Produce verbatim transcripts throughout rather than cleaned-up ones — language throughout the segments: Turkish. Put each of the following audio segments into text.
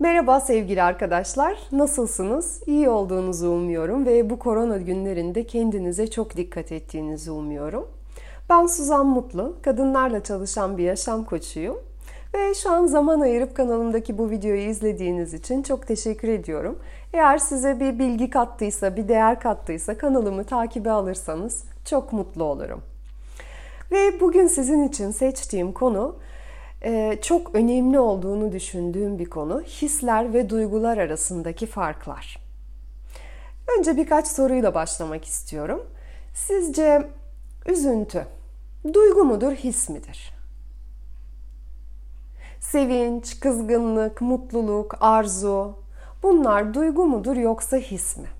Merhaba sevgili arkadaşlar, nasılsınız? İyi olduğunuzu umuyorum ve bu korona günlerinde kendinize çok dikkat ettiğinizi umuyorum. Ben Suzan Mutlu, kadınlarla çalışan bir yaşam koçuyum ve şu an zaman ayırıp kanalımdaki bu videoyu izlediğiniz için çok teşekkür ediyorum. Eğer size bir bilgi kattıysa, bir değer kattıysa kanalımı takibe alırsanız çok mutlu olurum. Ve bugün sizin için seçtiğim konu çok önemli olduğunu düşündüğüm bir konu. Hisler ve duygular arasındaki farklar. Önce birkaç soruyla başlamak istiyorum. Sizce üzüntü duygu mudur, his midir? Sevinç, kızgınlık, mutluluk, arzu bunlar duygu mudur yoksa his mi?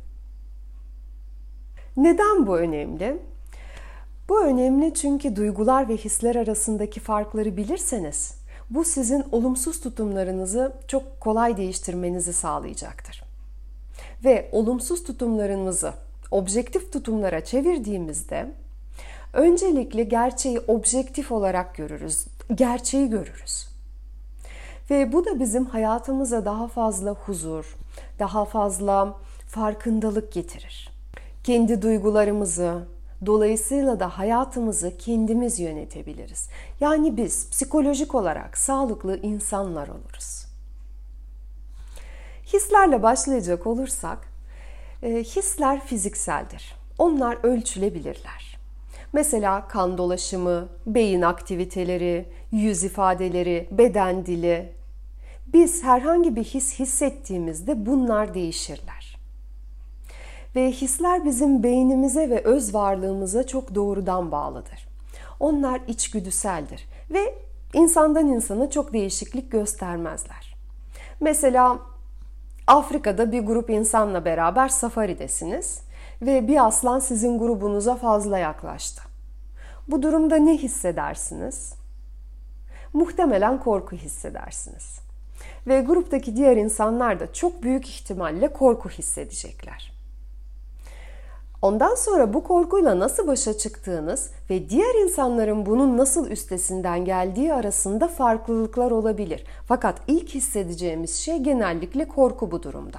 Neden bu önemli? Bu önemli çünkü duygular ve hisler arasındaki farkları bilirseniz bu sizin olumsuz tutumlarınızı çok kolay değiştirmenizi sağlayacaktır. Ve olumsuz tutumlarımızı objektif tutumlara çevirdiğimizde öncelikle gerçeği objektif olarak görürüz, gerçeği görürüz. Ve bu da bizim hayatımıza daha fazla huzur, daha fazla farkındalık getirir. Kendi duygularımızı, dolayısıyla da hayatımızı kendimiz yönetebiliriz. Yani biz psikolojik olarak sağlıklı insanlar oluruz. Hislerle başlayacak olursak, hisler fizikseldir. Onlar ölçülebilirler. Mesela kan dolaşımı, beyin aktiviteleri, yüz ifadeleri, beden dili. Biz herhangi bir his hissettiğimizde bunlar değişirler. Ve hisler bizim beynimize ve öz varlığımıza çok doğrudan bağlıdır. Onlar içgüdüseldir ve insandan insana çok değişiklik göstermezler. Mesela Afrika'da bir grup insanla beraber safaridesiniz ve bir aslan sizin grubunuza fazla yaklaştı. Bu durumda ne hissedersiniz? Muhtemelen korku hissedersiniz. Ve gruptaki diğer insanlar da çok büyük ihtimalle korku hissedecekler. Ondan sonra bu korkuyla nasıl başa çıktığınız ve diğer insanların bunun nasıl üstesinden geldiği arasında farklılıklar olabilir. Fakat ilk hissedeceğimiz şey genellikle korku bu durumda.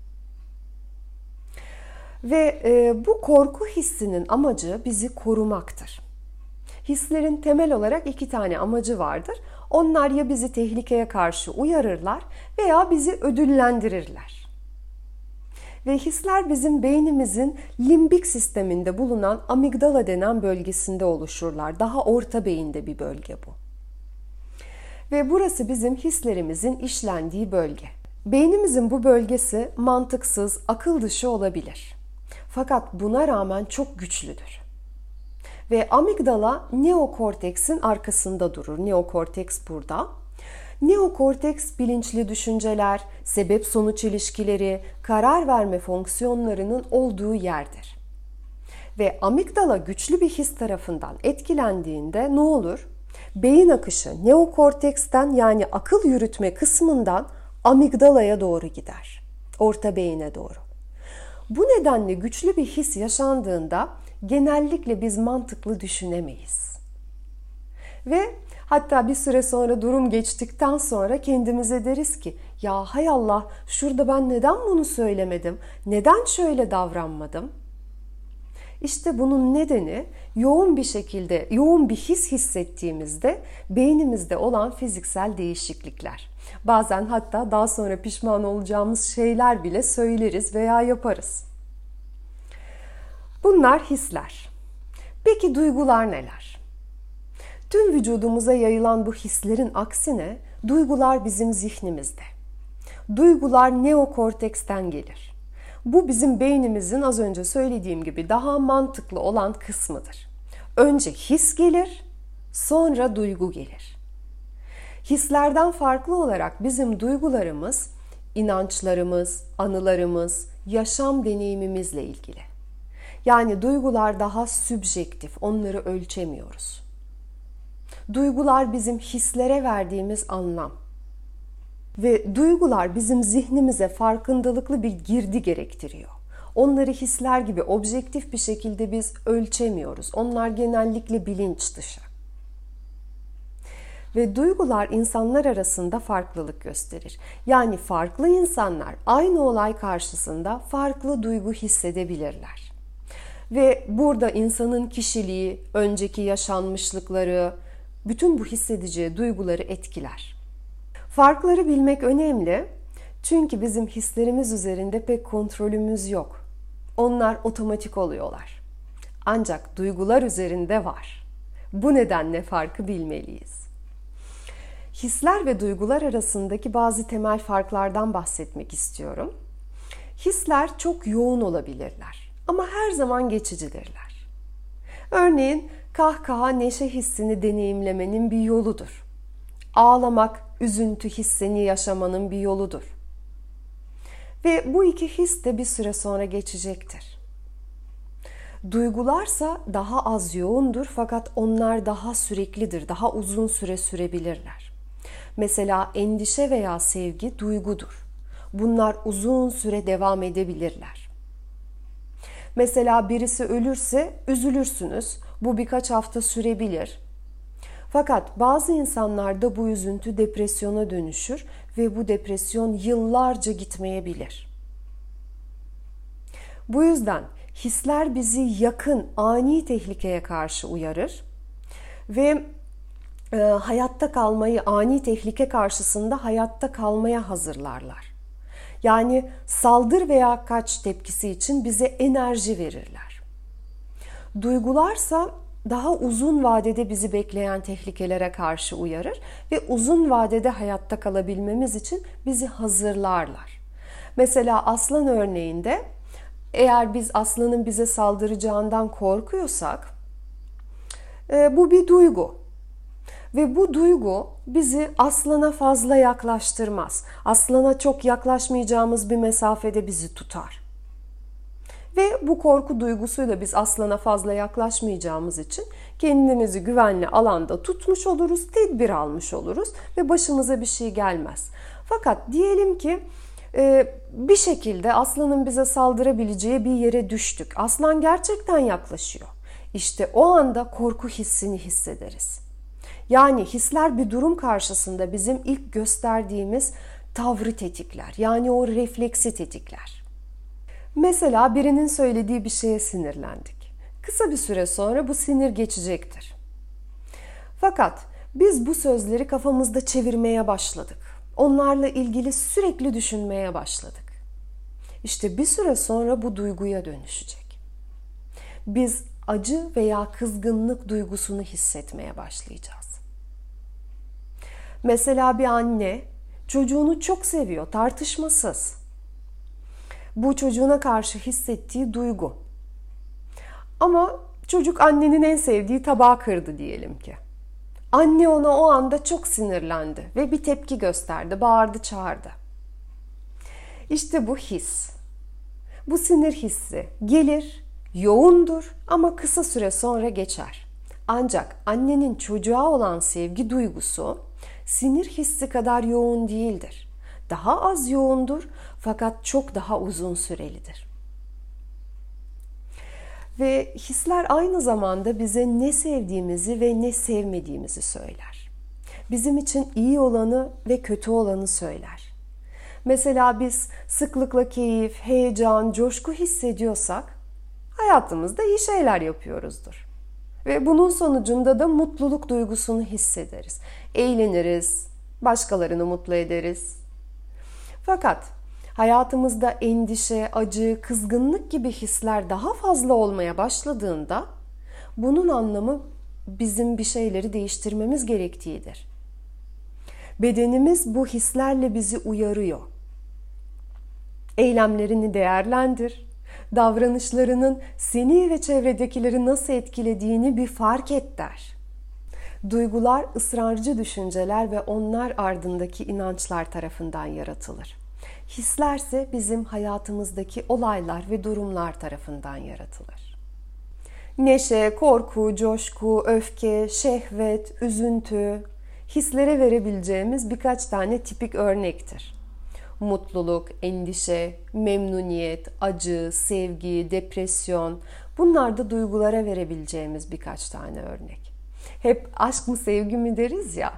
Ve e, bu korku hissinin amacı bizi korumaktır. Hislerin temel olarak iki tane amacı vardır. Onlar ya bizi tehlikeye karşı uyarırlar veya bizi ödüllendirirler. Ve hisler bizim beynimizin limbik sisteminde bulunan amigdala denen bölgesinde oluşurlar. Daha orta beyinde bir bölge bu. Ve burası bizim hislerimizin işlendiği bölge. Beynimizin bu bölgesi mantıksız, akıl dışı olabilir. Fakat buna rağmen çok güçlüdür. Ve amigdala neokorteksin arkasında durur. Neokorteks burada. Neokorteks bilinçli düşünceler, sebep-sonuç ilişkileri, karar verme fonksiyonlarının olduğu yerdir. Ve amigdala güçlü bir his tarafından etkilendiğinde ne olur? Beyin akışı neokorteksten yani akıl yürütme kısmından amigdalaya doğru gider. Orta beyine doğru. Bu nedenle güçlü bir his yaşandığında genellikle biz mantıklı düşünemeyiz. Ve hatta bir süre sonra durum geçtikten sonra kendimize deriz ki ya hay Allah şurada ben neden bunu söylemedim, neden şöyle davranmadım? İşte bunun nedeni yoğun bir şekilde, yoğun bir his hissettiğimizde beynimizde olan fiziksel değişiklikler. Bazen hatta daha sonra pişman olacağımız şeyler bile söyleriz veya yaparız. Bunlar hisler. Peki duygular neler? Tüm vücudumuza yayılan bu hislerin aksine duygular bizim zihnimizde. Duygular neokorteksten gelir. Bu bizim beynimizin az önce söylediğim gibi daha mantıklı olan kısmıdır. Önce his gelir, sonra duygu gelir. Hislerden farklı olarak bizim duygularımız, inançlarımız, anılarımız, yaşam deneyimimizle ilgili. Yani duygular daha sübjektif, onları ölçemiyoruz. Duygular bizim hislere verdiğimiz anlam. Ve duygular bizim zihnimize farkındalıklı bir girdi gerektiriyor. Onları hisler gibi objektif bir şekilde biz ölçemiyoruz. Onlar genellikle bilinç dışı. Ve duygular insanlar arasında farklılık gösterir. Yani farklı insanlar aynı olay karşısında farklı duygu hissedebilirler. Ve burada insanın kişiliği, önceki yaşanmışlıkları, bütün bu hissedeceği duyguları etkiler. Farkları bilmek önemli. Çünkü bizim hislerimiz üzerinde pek kontrolümüz yok. Onlar otomatik oluyorlar. Ancak duygular üzerinde var. Bu nedenle farkı bilmeliyiz. Hisler ve duygular arasındaki bazı temel farklardan bahsetmek istiyorum. Hisler çok yoğun olabilirler ama her zaman geçicidirler. Örneğin kahkaha neşe hissini deneyimlemenin bir yoludur. Ağlamak üzüntü hissini yaşamanın bir yoludur. Ve bu iki his de bir süre sonra geçecektir. Duygularsa daha az yoğundur fakat onlar daha süreklidir, daha uzun süre sürebilirler. Mesela endişe veya sevgi duygudur. Bunlar uzun süre devam edebilirler. Mesela birisi ölürse üzülürsünüz. Bu birkaç hafta sürebilir. Fakat bazı insanlarda bu üzüntü depresyona dönüşür ve bu depresyon yıllarca gitmeyebilir. Bu yüzden hisler bizi yakın, ani tehlikeye karşı uyarır ve e, hayatta kalmayı, ani tehlike karşısında hayatta kalmaya hazırlarlar. Yani saldır veya kaç tepkisi için bize enerji verirler. Duygularsa daha uzun vadede bizi bekleyen tehlikelere karşı uyarır ve uzun vadede hayatta kalabilmemiz için bizi hazırlarlar. Mesela aslan örneğinde eğer biz aslanın bize saldıracağından korkuyorsak bu bir duygu. Ve bu duygu bizi aslana fazla yaklaştırmaz. Aslana çok yaklaşmayacağımız bir mesafede bizi tutar. Ve bu korku duygusuyla biz aslana fazla yaklaşmayacağımız için kendimizi güvenli alanda tutmuş oluruz, tedbir almış oluruz ve başımıza bir şey gelmez. Fakat diyelim ki bir şekilde aslanın bize saldırabileceği bir yere düştük. Aslan gerçekten yaklaşıyor. İşte o anda korku hissini hissederiz. Yani hisler bir durum karşısında bizim ilk gösterdiğimiz tavrı tetikler. Yani o refleksi tetikler. Mesela birinin söylediği bir şeye sinirlendik. Kısa bir süre sonra bu sinir geçecektir. Fakat biz bu sözleri kafamızda çevirmeye başladık. Onlarla ilgili sürekli düşünmeye başladık. İşte bir süre sonra bu duyguya dönüşecek. Biz acı veya kızgınlık duygusunu hissetmeye başlayacağız. Mesela bir anne çocuğunu çok seviyor, tartışmasız. Bu çocuğuna karşı hissettiği duygu. Ama çocuk annenin en sevdiği tabağı kırdı diyelim ki. Anne ona o anda çok sinirlendi ve bir tepki gösterdi, bağırdı, çağırdı. İşte bu his. Bu sinir hissi gelir, yoğundur ama kısa süre sonra geçer. Ancak annenin çocuğa olan sevgi duygusu sinir hissi kadar yoğun değildir. Daha az yoğundur fakat çok daha uzun sürelidir. Ve hisler aynı zamanda bize ne sevdiğimizi ve ne sevmediğimizi söyler. Bizim için iyi olanı ve kötü olanı söyler. Mesela biz sıklıkla keyif, heyecan, coşku hissediyorsak hayatımızda iyi şeyler yapıyoruzdur. Ve bunun sonucunda da mutluluk duygusunu hissederiz. Eğleniriz, başkalarını mutlu ederiz. Fakat hayatımızda endişe, acı, kızgınlık gibi hisler daha fazla olmaya başladığında bunun anlamı bizim bir şeyleri değiştirmemiz gerektiğidir. Bedenimiz bu hislerle bizi uyarıyor. Eylemlerini değerlendir, davranışlarının seni ve çevredekileri nasıl etkilediğini bir fark et der. Duygular ısrarcı düşünceler ve onlar ardındaki inançlar tarafından yaratılır. Hislerse bizim hayatımızdaki olaylar ve durumlar tarafından yaratılır. Neşe, korku, coşku, öfke, şehvet, üzüntü, hislere verebileceğimiz birkaç tane tipik örnektir. Mutluluk, endişe, memnuniyet, acı, sevgi, depresyon, bunlar da duygulara verebileceğimiz birkaç tane örnek. Hep aşk mı sevgi mi deriz ya,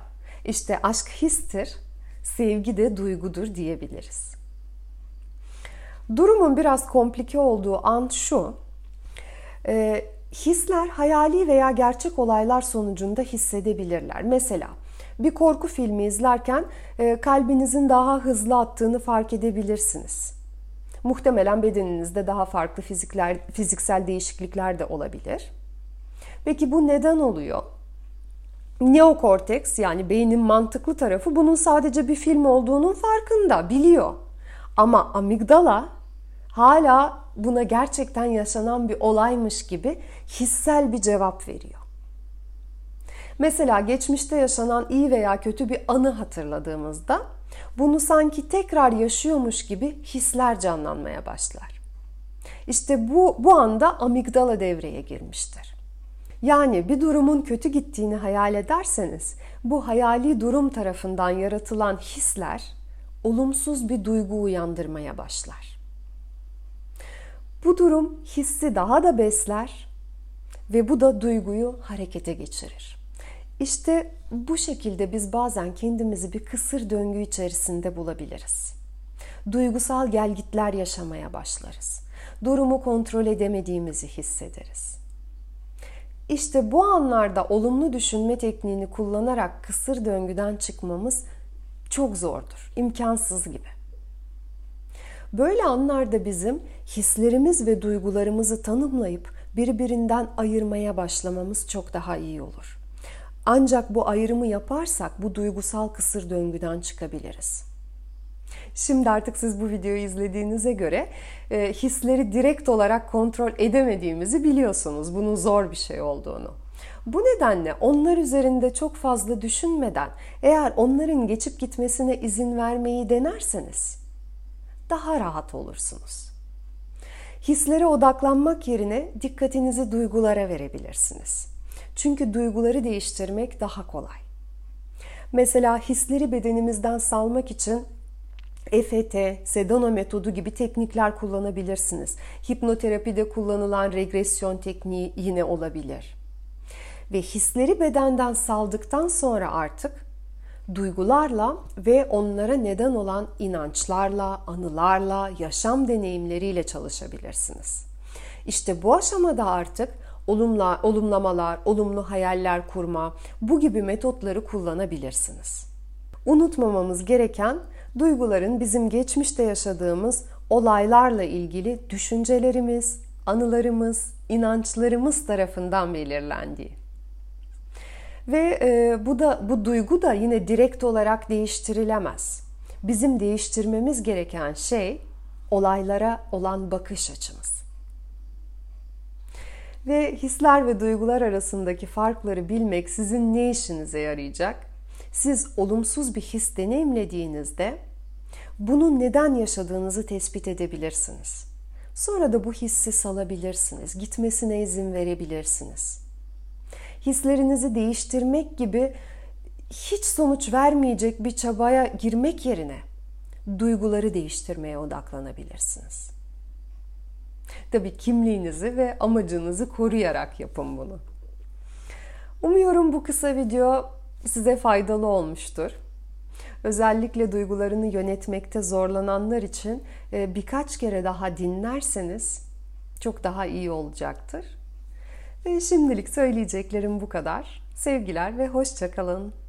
İşte aşk histir, sevgi de duygudur diyebiliriz. Durumun biraz komplike olduğu an şu, e, hisler hayali veya gerçek olaylar sonucunda hissedebilirler. Mesela bir korku filmi izlerken e, kalbinizin daha hızlı attığını fark edebilirsiniz. Muhtemelen bedeninizde daha farklı fizikler, fiziksel değişiklikler de olabilir. Peki bu neden oluyor? Neokorteks, yani beynin mantıklı tarafı, bunun sadece bir film olduğunun farkında, biliyor. Ama amigdala hala buna gerçekten yaşanan bir olaymış gibi hissel bir cevap veriyor. Mesela geçmişte yaşanan iyi veya kötü bir anı hatırladığımızda bunu sanki tekrar yaşıyormuş gibi hisler canlanmaya başlar. İşte bu, bu anda amigdala devreye girmiştir. Yani bir durumun kötü gittiğini hayal ederseniz bu hayali durum tarafından yaratılan hisler olumsuz bir duygu uyandırmaya başlar. Bu durum hissi daha da besler ve bu da duyguyu harekete geçirir. İşte bu şekilde biz bazen kendimizi bir kısır döngü içerisinde bulabiliriz. Duygusal gelgitler yaşamaya başlarız. Durumu kontrol edemediğimizi hissederiz. İşte bu anlarda olumlu düşünme tekniğini kullanarak kısır döngüden çıkmamız çok zordur, imkansız gibi. Böyle anlarda bizim hislerimiz ve duygularımızı tanımlayıp birbirinden ayırmaya başlamamız çok daha iyi olur. Ancak bu ayrımı yaparsak bu duygusal kısır döngüden çıkabiliriz. Şimdi artık siz bu videoyu izlediğinize göre e, hisleri direkt olarak kontrol edemediğimizi biliyorsunuz. Bunun zor bir şey olduğunu. Bu nedenle onlar üzerinde çok fazla düşünmeden, eğer onların geçip gitmesine izin vermeyi denerseniz daha rahat olursunuz. Hislere odaklanmak yerine dikkatinizi duygulara verebilirsiniz. Çünkü duyguları değiştirmek daha kolay. Mesela hisleri bedenimizden salmak için E F T, Sedona metodu gibi teknikler kullanabilirsiniz. Hipnoterapide kullanılan regresyon tekniği yine olabilir. Ve hisleri bedenden saldıktan sonra artık duygularla ve onlara neden olan inançlarla, anılarla, yaşam deneyimleriyle çalışabilirsiniz. İşte bu aşamada artık olumla, olumlamalar, olumlu hayaller kurma, bu gibi metotları kullanabilirsiniz. Unutmamamız gereken, duyguların bizim geçmişte yaşadığımız olaylarla ilgili düşüncelerimiz, anılarımız, inançlarımız tarafından belirlendiği. Ve e, bu da bu duygu da yine direkt olarak değiştirilemez. Bizim değiştirmemiz gereken şey olaylara olan bakış açımız. Ve hisler ve duygular arasındaki farkları bilmek sizin ne işinize yarayacak? Siz olumsuz bir his deneyimlediğinizde bunu neden yaşadığınızı tespit edebilirsiniz. Sonra da bu hissi salabilirsiniz, gitmesine izin verebilirsiniz. Hislerinizi değiştirmek gibi hiç sonuç vermeyecek bir çabaya girmek yerine duyguları değiştirmeye odaklanabilirsiniz. Tabii kimliğinizi ve amacınızı koruyarak yapın bunu. Umuyorum bu kısa video size faydalı olmuştur. Özellikle duygularını yönetmekte zorlananlar için birkaç kere daha dinlerseniz çok daha iyi olacaktır. Ve şimdilik söyleyeceklerim bu kadar. Sevgiler ve hoşça kalın.